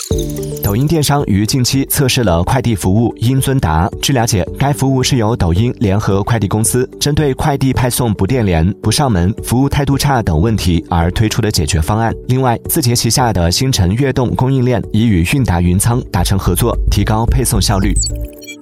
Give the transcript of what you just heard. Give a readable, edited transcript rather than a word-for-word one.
抖音电商于近期测试了快递服务英尊达。据了解，该服务是由抖音联合快递公司针对快递派送不电联、不上门、服务态度差等问题而推出的解决方案。另外，字节旗下的星辰悦动供应链已与韵达云仓达成合作，提高配送效率。